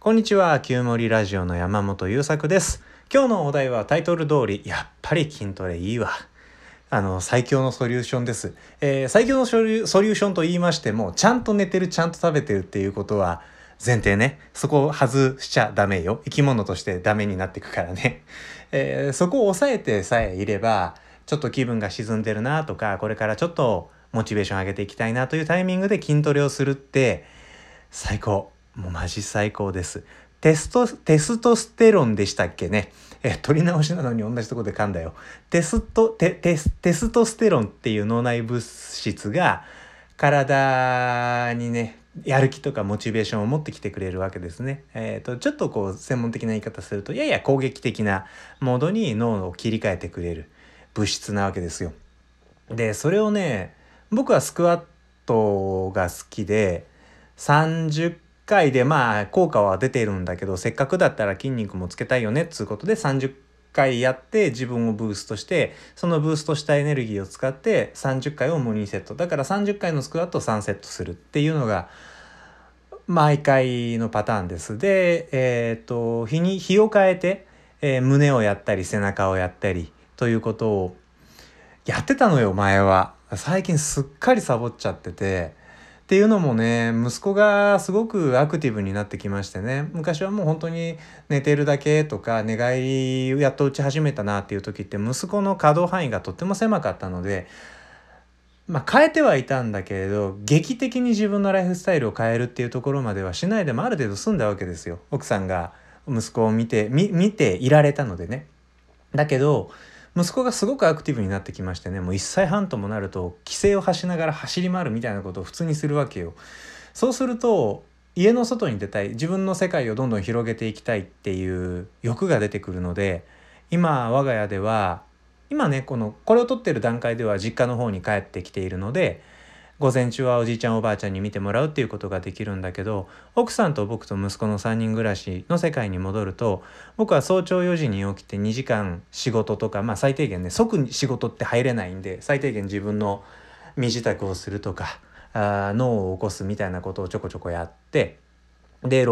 こんにちは、旧森ラジオの山本優作です。今日のお題はタイトル通り、やっぱり筋トレいいわ。最強のソリューションです。最強のソリューションと言いましても、ちゃんと寝てる、ちゃんと食べてるっていうことは前提ね。そこを外しちゃダメよ。生き物としてダメになっていくからね。そこを抑えてさえいれば、ちょっと気分が沈んでるなとか、これからちょっとモチベーション上げていきたいなというタイミングで筋トレをするって最高。もうマジ最高です。テストステロンでしたっけね。取り直しなのに同じところで噛んだよ。テストステロンっていう脳内物質が体にね、やる気とかモチベーションを持ってきてくれるわけですね。ちょっとこう専門的な言い方すると、やや攻撃的なモードに脳を切り替えてくれる物質なわけですよ。で、それをね、僕はスクワットが好きで、30回で効果は出ているんだけど、せっかくだったら筋肉もつけたいよねっつうことで30回やって自分をブーストして、そのブーストしたエネルギーを使って30回をもう2セット。だから30回のスクワットを3セットするっていうのが毎回のパターンです。で、日を変えて、胸をやったり背中をやったりということをやってたのよ、前は。最近すっかりサボっちゃってて。っていうのもね、息子がすごくアクティブになってきましてね、昔はもう本当に寝てるだけとか、寝返りやっと打ち始めたなっていう時って、息子の可動範囲がとっても狭かったので、変えてはいたんだけれど、劇的に自分のライフスタイルを変えるっていうところまではしないでもある程度済んだわけですよ。奥さんが息子を見ていられたのでね。だけど、息子がすごくアクティブになってきましてね、もう1歳半ともなると、規制を発しながら走り回るみたいなことを普通にするわけよ。そうすると、家の外に出たい、自分の世界をどんどん広げていきたいっていう欲が出てくるので、今、我が家では、今ね、これを撮ってる段階では実家の方に帰ってきているので、午前中はおじいちゃんおばあちゃんに見てもらうっていうことができるんだけど、奥さんと僕と息子の3人暮らしの世界に戻ると、僕は早朝4時に起きて2時間仕事とか、最低限ね、即に仕事って入れないんで、最低限自分の身支度をするとか、脳を起こすみたいなことをちょこちょこやって、で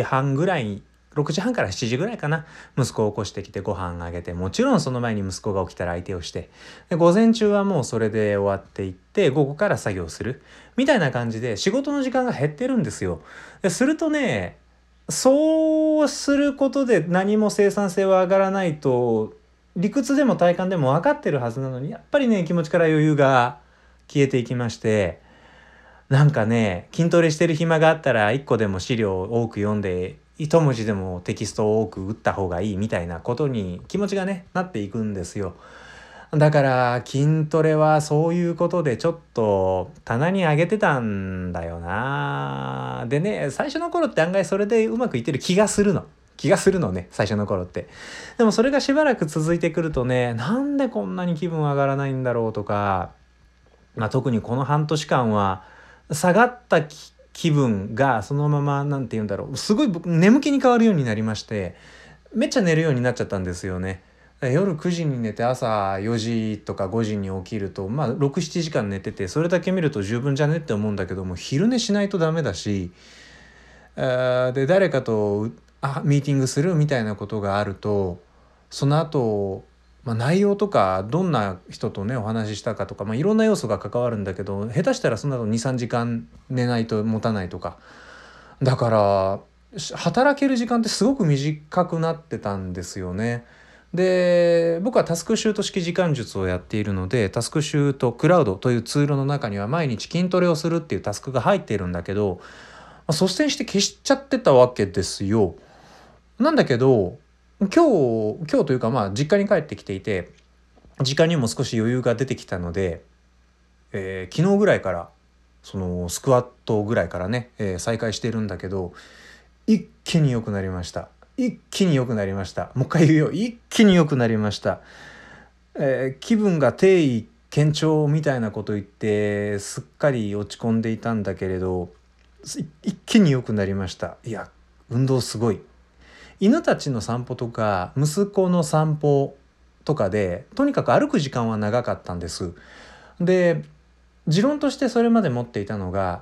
6時半から7時ぐらいかな、息子を起こしてきてご飯あげて、もちろんその前に息子が起きたら相手をして、で午前中はもうそれで終わっていって、午後から作業するみたいな感じで仕事の時間が減ってるんですよ。するとね、そうすることで何も生産性は上がらないと理屈でも体感でも分かってるはずなのに、やっぱりね、気持ちから余裕が消えていきまして、なんかね、筋トレしてる暇があったら一個でも資料を多く読んで、一文字でもテキストを多く打った方がいいみたいなことに気持ちがね、なっていくんですよ。だから筋トレはそういうことでちょっと棚に上げてたんだよな。でね、最初の頃って案外それでうまくいってる気がするの。ね、最初の頃って。でもそれがしばらく続いてくるとね、なんでこんなに気分上がらないんだろうとか、特にこの半年間は下がった気分がそのまま、なんて言うんだろう、すごい眠気に変わるようになりまして、めっちゃ寝るようになっちゃったんですよね。夜9時に寝て朝4時とか5時に起きると、6、7時間寝てて、それだけ見ると十分じゃねって思うんだけども、昼寝しないとダメだし、で誰かとミーティングするみたいなことがあると、その後、内容とかどんな人とねお話ししたかとか、いろんな要素が関わるんだけど、下手したらその後 2、3時間寝ないと持たないとか、だから働ける時間ってすごく短くなってたんですよね。で、僕はタスクシュート式時間術をやっているので、タスクシュートクラウドというツールの中には毎日筋トレをするっていうタスクが入っているんだけど、率先して消しちゃってたわけですよ。なんだけど、今日というか実家に帰ってきていて、実家にも少し余裕が出てきたので、昨日ぐらいからそのスクワットぐらいからね、再開してるんだけど、一気に良くなりました。一気に良くなりました。もう一回言うよ。一気に良くなりました。気分が低位堅調みたいなこと言ってすっかり落ち込んでいたんだけれど、一気に良くなりました。いや、運動すごい。犬たちの散歩とか息子の散歩とかでとにかく歩く時間は長かったんです。で、持論としてそれまで持っていたのが、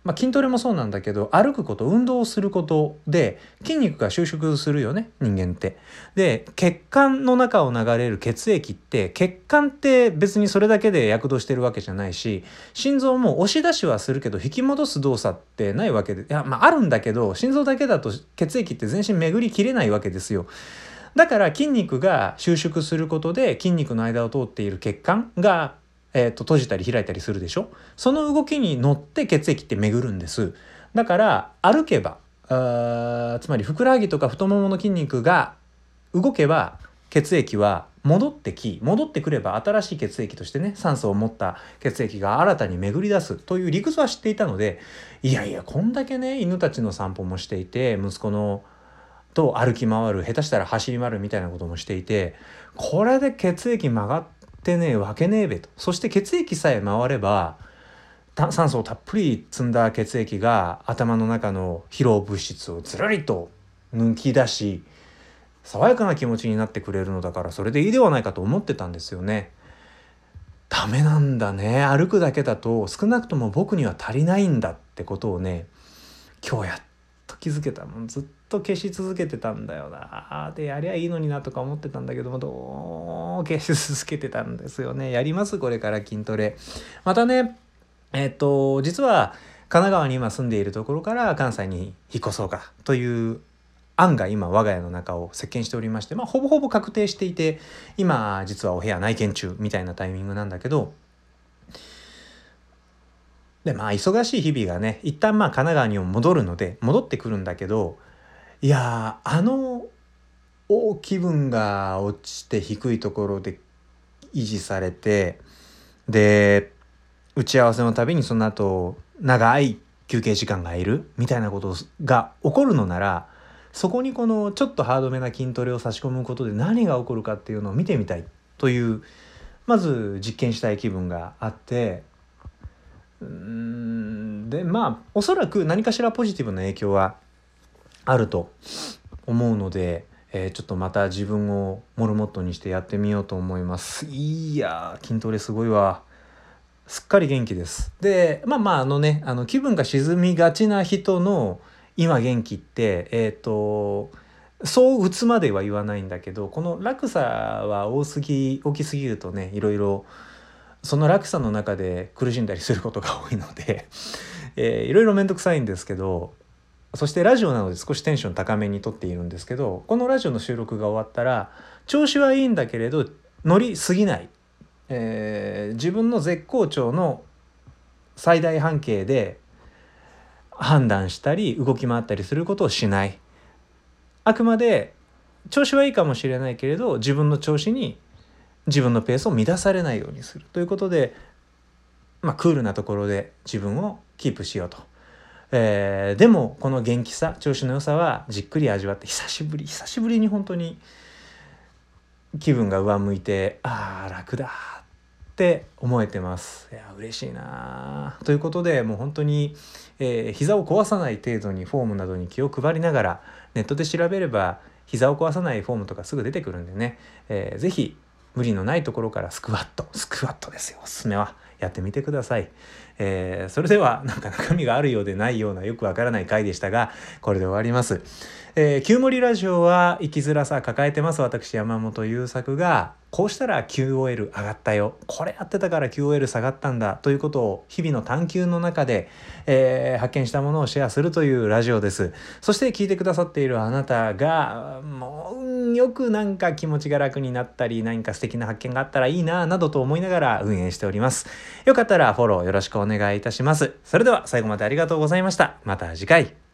筋トレもそうなんだけど、歩くこと、運動をすることで筋肉が収縮するよね、人間って。で、血管の中を流れる血液って、血管って別にそれだけで躍動してるわけじゃないし、心臓も押し出しはするけど引き戻す動作ってないわけで、あるんだけど、心臓だけだと血液って全身巡りきれないわけですよ。だから筋肉が収縮することで、筋肉の間を通っている血管が閉じたり開いたりするでしょ。その動きに乗って血液って巡るんです。だから歩けば、つまりふくらはぎとか太ももの筋肉が動けば、血液は戻ってくれば新しい血液としてね、酸素を持った血液が新たに巡り出すという理屈は知っていたので、いやいや、こんだけね、犬たちの散歩もしていて、息子のと歩き回る、下手したら走り回るみたいなこともしていて、これで血液曲がってねえわけねえべと。そして血液さえ回れば、酸素をたっぷり積んだ血液が頭の中の疲労物質をずらりと抜き出し、爽やかな気持ちになってくれるのだから、それでいいではないかと思ってたんですよね。ダメなんだね。歩くだけだと少なくとも僕には足りないんだってことをね、今日やっと気づけた。もんずっと消し続けてたんだよな。で、やりゃいいのになとか思ってたんだけども、どう消し続けてたんですよね。やります、これから筋トレ。またね、実は神奈川に今住んでいるところから関西に引っ越そうかという案が今我が家の中を席巻しておりまして、ほぼほぼ確定していて、今実はお部屋内見中みたいなタイミングなんだけど、で忙しい日々がね、一旦神奈川にも戻るので戻ってくるんだけど、いや気分が落ちて低いところで維持されて、で打ち合わせのたびにその後長い休憩時間がいるみたいなことが起こるのなら、そこにこのちょっとハードめな筋トレを差し込むことで何が起こるかっていうのを見てみたいという、まず実験したい気分があって、でおそらく何かしらポジティブな影響はあると思うので、ちょっとまた自分をモルモットにしてやってみようと思います。いや筋トレすごいわ。すっかり元気です。で気分が沈みがちな人の今元気ってそう打つまでは言わないんだけど、この落差は大きすぎるとね、いろいろその落差の中で苦しんだりすることが多いのでいろいろめんどくさいんですけど、そしてラジオなので少しテンション高めに撮っているんですけど、このラジオの収録が終わったら調子はいいんだけれど乗りすぎない、自分の絶好調の最大半径で判断したり動き回ったりすることをしない。あくまで調子はいいかもしれないけれど、自分の調子に自分のペースを乱されないようにするということで、クールなところで自分をキープしようと。でもこの元気さ、調子の良さはじっくり味わって、久しぶりに本当に気分が上向いて、楽だって思えてます。いや嬉しいなということで、もう本当に、膝を壊さない程度にフォームなどに気を配りながら、ネットで調べれば膝を壊さないフォームとかすぐ出てくるんでね、ぜひ無理のないところからスクワットですよ、おすすめは。やってみてください。それでは中身があるようでないようなよくわからない回でしたが、これで終わります。旧森ラジオは生きづらさ抱えてます。私山本優作がこうしたら QOL 上がったよ、これやってたから QOL 下がったんだということを日々の探求の中で、発見したものをシェアするというラジオです。そして聞いてくださっているあなたがもうよく気持ちが楽になったり、何か素敵な発見があったらいいななどと思いながら運営しております。よかったらフォローよろしくお願いいたします。それでは最後までありがとうございました。また次回。